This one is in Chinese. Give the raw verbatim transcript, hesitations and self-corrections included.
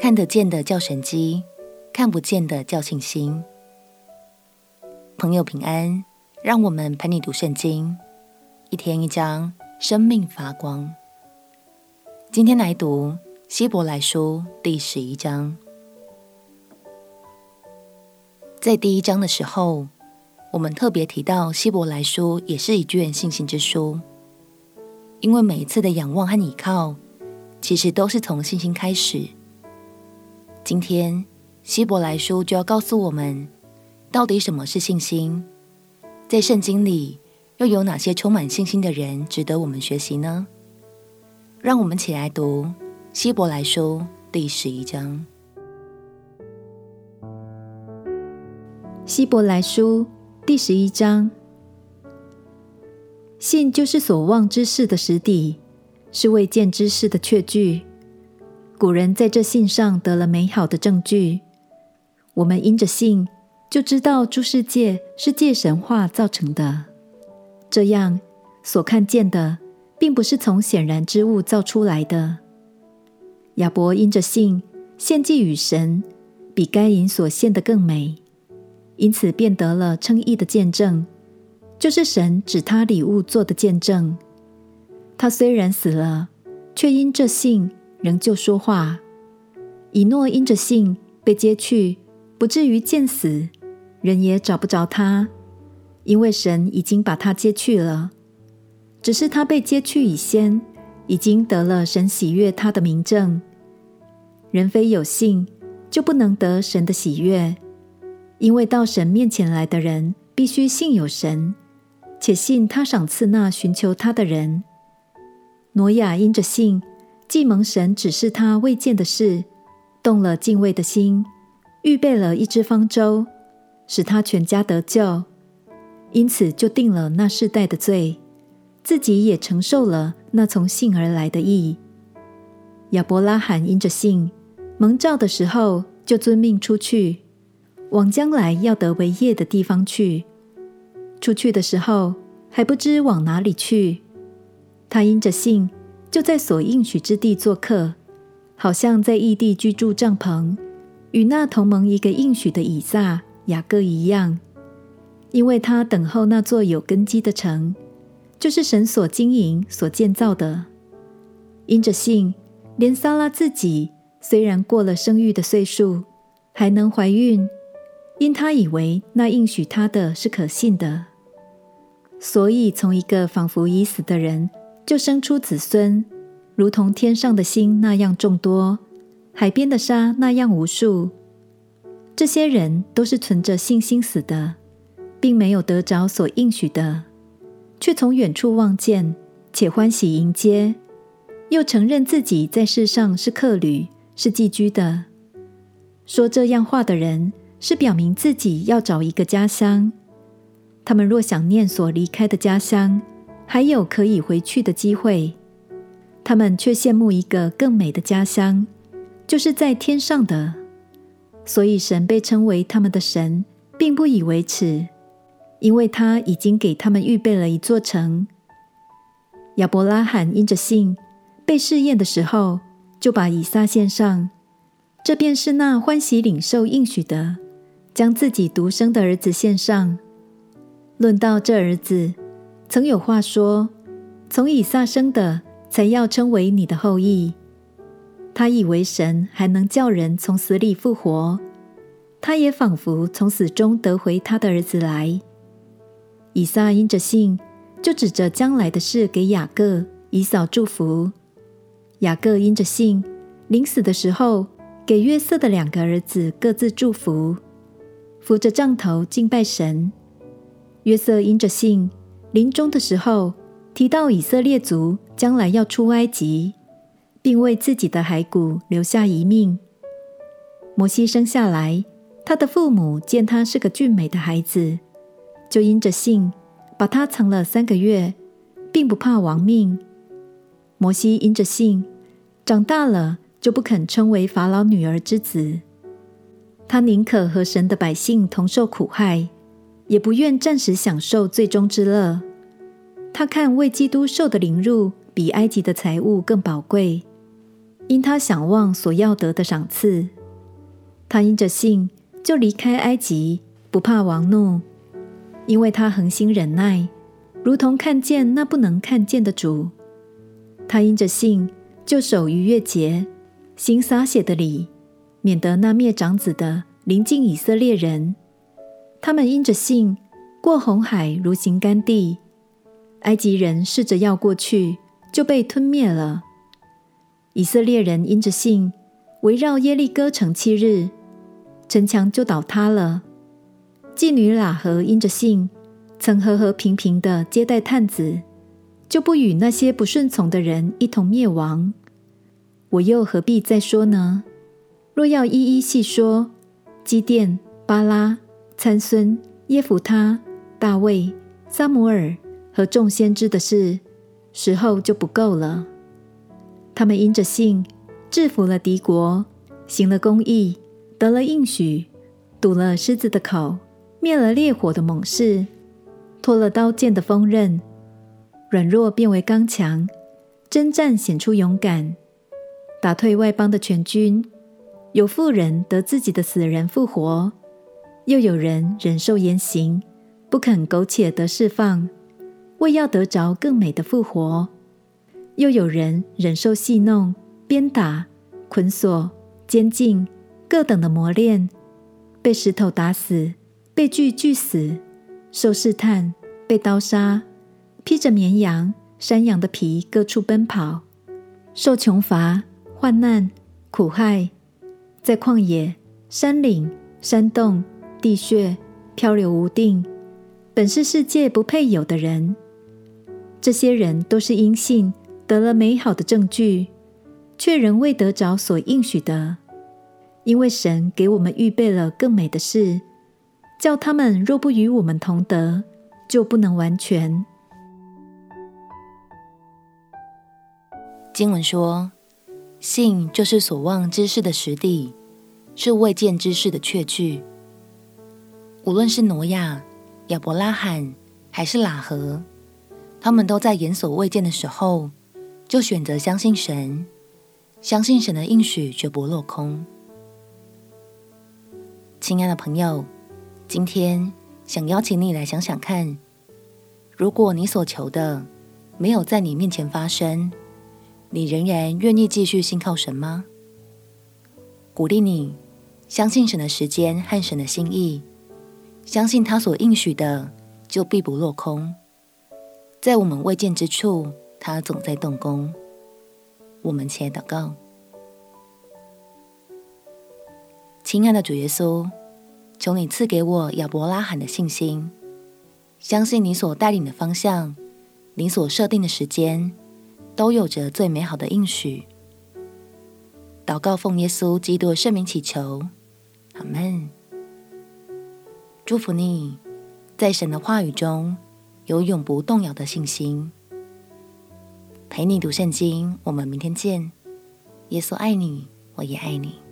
看得见的叫神迹，看不见的叫信心。朋友平安，让我们陪你读圣经，一天一章，生命发光。今天来读希伯来书第十一章。在第一章的时候，我们特别提到希伯来书也是一卷信心之书，因为每一次的仰望和倚靠，其实都是从信心开始。今天希伯来书就要告诉我们，到底什么是信心？在圣经里又有哪些充满信心的人值得我们学习呢？让我们起来读希伯来书第十一章。 希伯来书第十一章。信就是所望之事的实底，是未见之事的确据。古人在这信上得了美好的证据。我们因着信，就知道诸世界是借神话造成的。这样，所看见的，并不是从显然之物造出来的。亚伯因着信，献祭与神，比该隐所献的更美，因此便得了称义的见证，就是神指他礼物做的见证。他虽然死了，却因着信仍旧说话。以诺因着信被接去，不至于见死，人也找不着他，因为神已经把他接去了。只是他被接去以先，已经得了神喜悦他的明证。人非有信，就不能得神的喜悦，因为到神面前来的人，必须信有神，且信他赏赐那寻求他的人。挪亚因着信，既蒙神指示他未见的事，动了敬畏的心，预备了一只方舟，使他全家得救，因此就定了那世代的罪，自己也承受了那从信而来的义。亚伯拉罕因着信，蒙召的时候就遵命出去，往将来要得为业的地方去。出去的时候还不知往哪里去，他因着信，就在所应许之地做客，好像在异地居住帐篷，与那同蒙一个应许的以撒、雅各一样。因为他等候那座有根基的城，就是神所经营、所建造的。因着信，连撒拉自己虽然过了生育的岁数，还能怀孕，因他以为那应许他的是可信的。所以从一个仿佛已死的人就生出子孙，如同天上的星那样众多，海边的沙那样无数。这些人都是存着信心死的，并没有得着所应许的，却从远处望见，且欢喜迎接，又承认自己在世上是客旅，是寄居的。说这样话的人，是表明自己要找一个家乡。他们若想念所离开的家乡，还有可以回去的机会，他们却羡慕一个更美的家乡，就是在天上的。所以神被称为他们的神，并不以为耻，因为他已经给他们预备了一座城。亚伯拉罕因着信，被试验的时候，就把以撒献上，这便是那欢喜领受应许的，将自己独生的儿子献上。论到这儿子，曾有话说，从以撒生的才要称为你的后裔。他以为神还能叫人从死里复活，他也仿佛从死中得回他的儿子来。以撒因着信，就指着将来的事给雅各、以扫祝福。雅各因着信，临死的时候，给约瑟的两个儿子各自祝福，扶着杖头敬拜神。约瑟因着信，临终的时候，提到以色列族将来要出埃及，并为自己的骸骨留下遗命。摩西生下来，他的父母见他是个俊美的孩子，就因着信，把他藏了三个月，并不怕亡命。摩西因着信，长大了就不肯称为法老女儿之子，他宁可和神的百姓同受苦害，也不愿暂时享受最终之乐。他看为基督受的凌辱比埃及的财物更宝贵。 因他想望所要得的赏赐。他因着信就离开埃及，不怕王怒，因为他恒心忍耐，如同看见那不能看见的主。他因着信就守逾越节，行洒血的礼，免得那灭长子的临近以色列人。他们因着信过红海如行干地，埃及人试着要过去，就被吞灭了。以色列人因着信围绕耶利哥城七日，城墙就倒塌了。妓女喇合因着信曾和和平平地接待探子，就不与那些不顺从的人一同灭亡。我又何必再说呢？若要一一细说，基甸、巴拉、参孙、耶弗他、大卫、撒母耳和众先知的事，时候就不够了。他们因着信制服了敌国，行了公义，得了应许，堵了狮子的口，灭了烈火的猛士，脱了刀剑的锋刃，软弱变为刚强，征战显出勇敢，打退外邦的全军。有妇人得自己的死人复活，又有人忍受严刑，不肯苟且得释放，为要得着更美的复活。又有人忍受戏弄、鞭打、捆锁、监禁，各等的磨练，被石头打死，被锯锯死，受试探，被刀杀，披着绵羊、山羊的皮各处奔跑，受穷乏、患难、苦害，在旷野、山岭、山洞、地穴漂流无定，本是世界不配有的人。这些人都是因信得了美好的证据，却仍未得着所应许的，因为神给我们预备了更美的事，叫他们若不与我们同得，就不能完全。 经文说，信就是所望之事的实底，是未见之事的确据。无论是挪亚、亚伯拉罕还是喇合，他们都在眼所未见的时候就选择相信神，相信神的应许绝不落空。亲爱的朋友，今天想邀请你来想想看，如果你所求的没有在你面前发生，你仍然愿意继续信靠神吗？鼓励你相信神的时间和神的心意，相信他所应许的就必不落空。在我们未见之处，他总在动工。我们且祷告。亲爱的主耶稣，求你赐给我亚伯拉罕的信心，相信你所带领的方向，你所设定的时间，都有着最美好的应许。祷告奉耶稣基督的圣名祈求，阿们。祝福你，在神的话语中有永不动摇的信心。陪你读圣经，我们明天见。耶稣爱你，我也爱你。